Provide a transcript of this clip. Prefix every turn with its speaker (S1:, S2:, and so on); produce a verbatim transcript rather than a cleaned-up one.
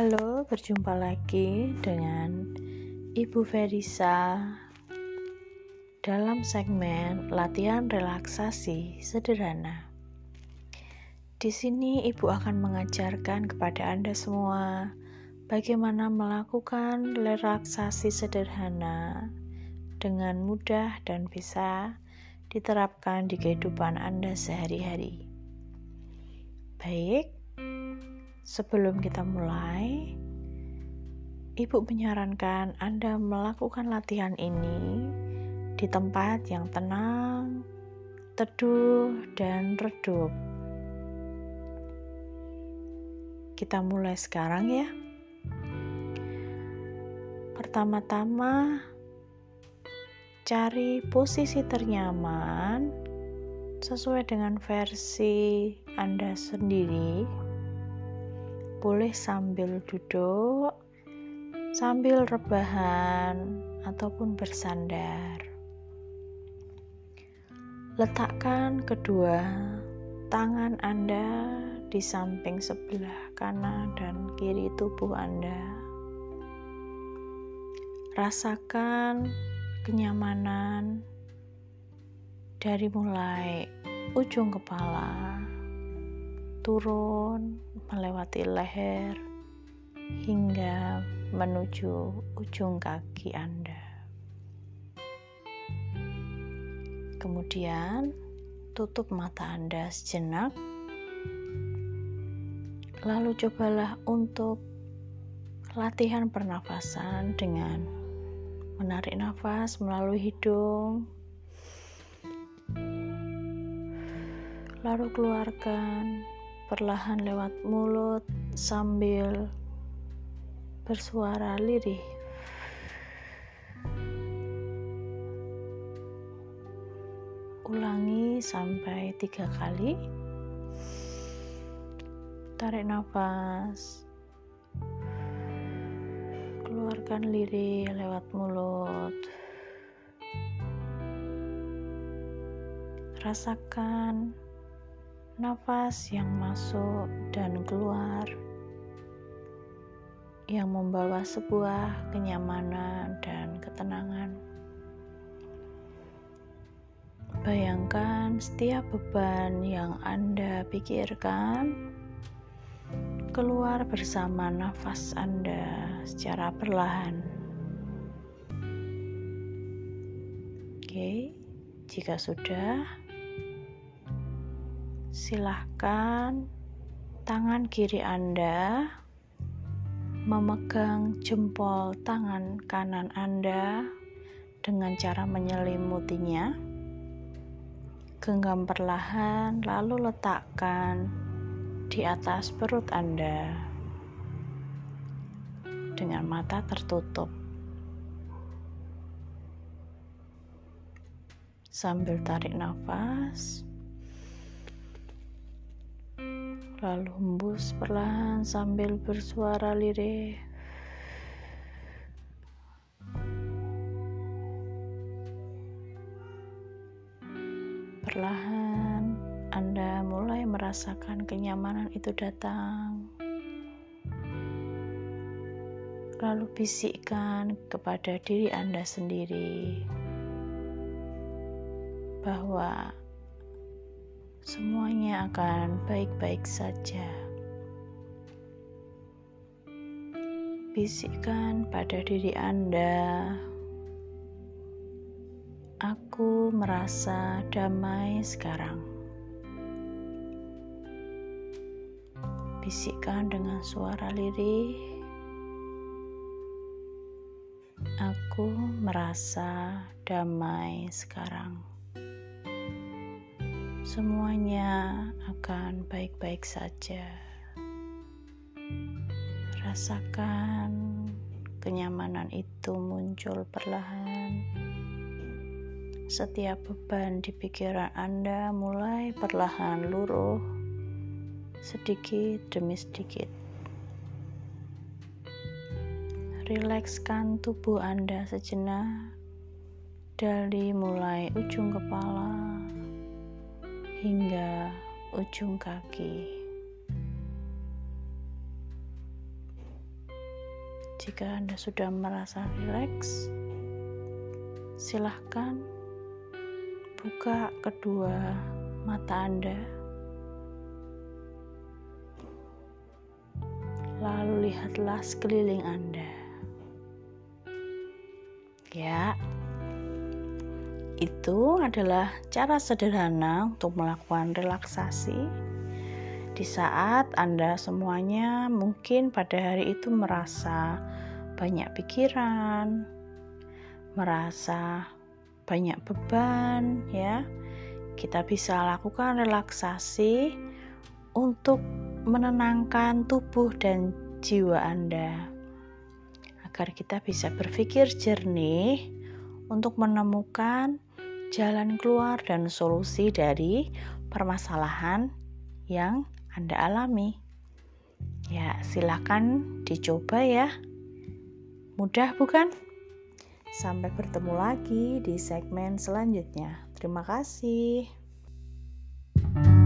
S1: Halo, berjumpa lagi dengan Ibu Verisa dalam segmen latihan relaksasi sederhana. Di sini Ibu akan mengajarkan kepada Anda semua bagaimana melakukan relaksasi sederhana dengan mudah dan bisa diterapkan di kehidupan Anda sehari-hari. Baik, sebelum kita mulai, Ibu menyarankan Anda melakukan latihan ini di tempat yang tenang, teduh, dan redup. Kita mulai sekarang ya. Pertama-tama, cari posisi ternyaman sesuai dengan versi Anda sendiri. Boleh sambil duduk, sambil rebahan, ataupun bersandar. Letakkan kedua tangan Anda di samping sebelah kanan dan kiri tubuh Anda. Rasakan kenyamanan dari mulai ujung kepala turun melewati leher hingga menuju ujung kaki Anda. Kemudian tutup mata Anda sejenak. Lalu cobalah untuk latihan pernafasan dengan menarik nafas melalui hidung, lalu keluarkan perlahan lewat mulut sambil bersuara lirih. Ulangi sampai tiga kali. Tarik nafas, keluarkan lirih lewat mulut. Rasakan nafas yang masuk dan keluar yang membawa sebuah kenyamanan dan ketenangan. Bayangkan setiap beban yang Anda pikirkan keluar bersama nafas Anda secara perlahan. Oke, jika sudah, silahkan tangan kiri Anda memegang jempol tangan kanan Anda dengan cara menyelimutinya. Genggam perlahan, lalu letakkan di atas perut Anda dengan mata tertutup. Sambil tarik nafas, lalu hembus perlahan sambil bersuara lirih. Perlahan Anda mulai merasakan kenyamanan itu datang. Lalu bisikkan kepada diri Anda sendiri bahwa semuanya akan baik-baik saja. Bisikkan pada diri Anda, aku merasa damai sekarang. Bisikkan dengan suara lirih, aku merasa damai sekarang. Semuanya akan baik-baik saja. Rasakan kenyamanan itu muncul perlahan. Setiap beban di pikiran Anda mulai perlahan luruh, sedikit demi sedikit. Rilekskan tubuh Anda sejenak dari mulai ujung kepala hingga ujung kaki. Jika Anda sudah merasa rileks, silahkan buka kedua mata Anda. Lalu lihatlah sekeliling Anda. Ya, itu adalah cara sederhana untuk melakukan relaksasi di saat Anda semuanya mungkin pada hari itu merasa banyak pikiran, merasa banyak beban, ya. Kita bisa lakukan relaksasi untuk menenangkan tubuh dan jiwa Anda agar kita bisa berpikir jernih untuk menemukan jalan keluar dan solusi dari permasalahan yang Anda alami. Ya, silakan dicoba ya. Mudah bukan? Sampai bertemu lagi di segmen selanjutnya. Terima kasih.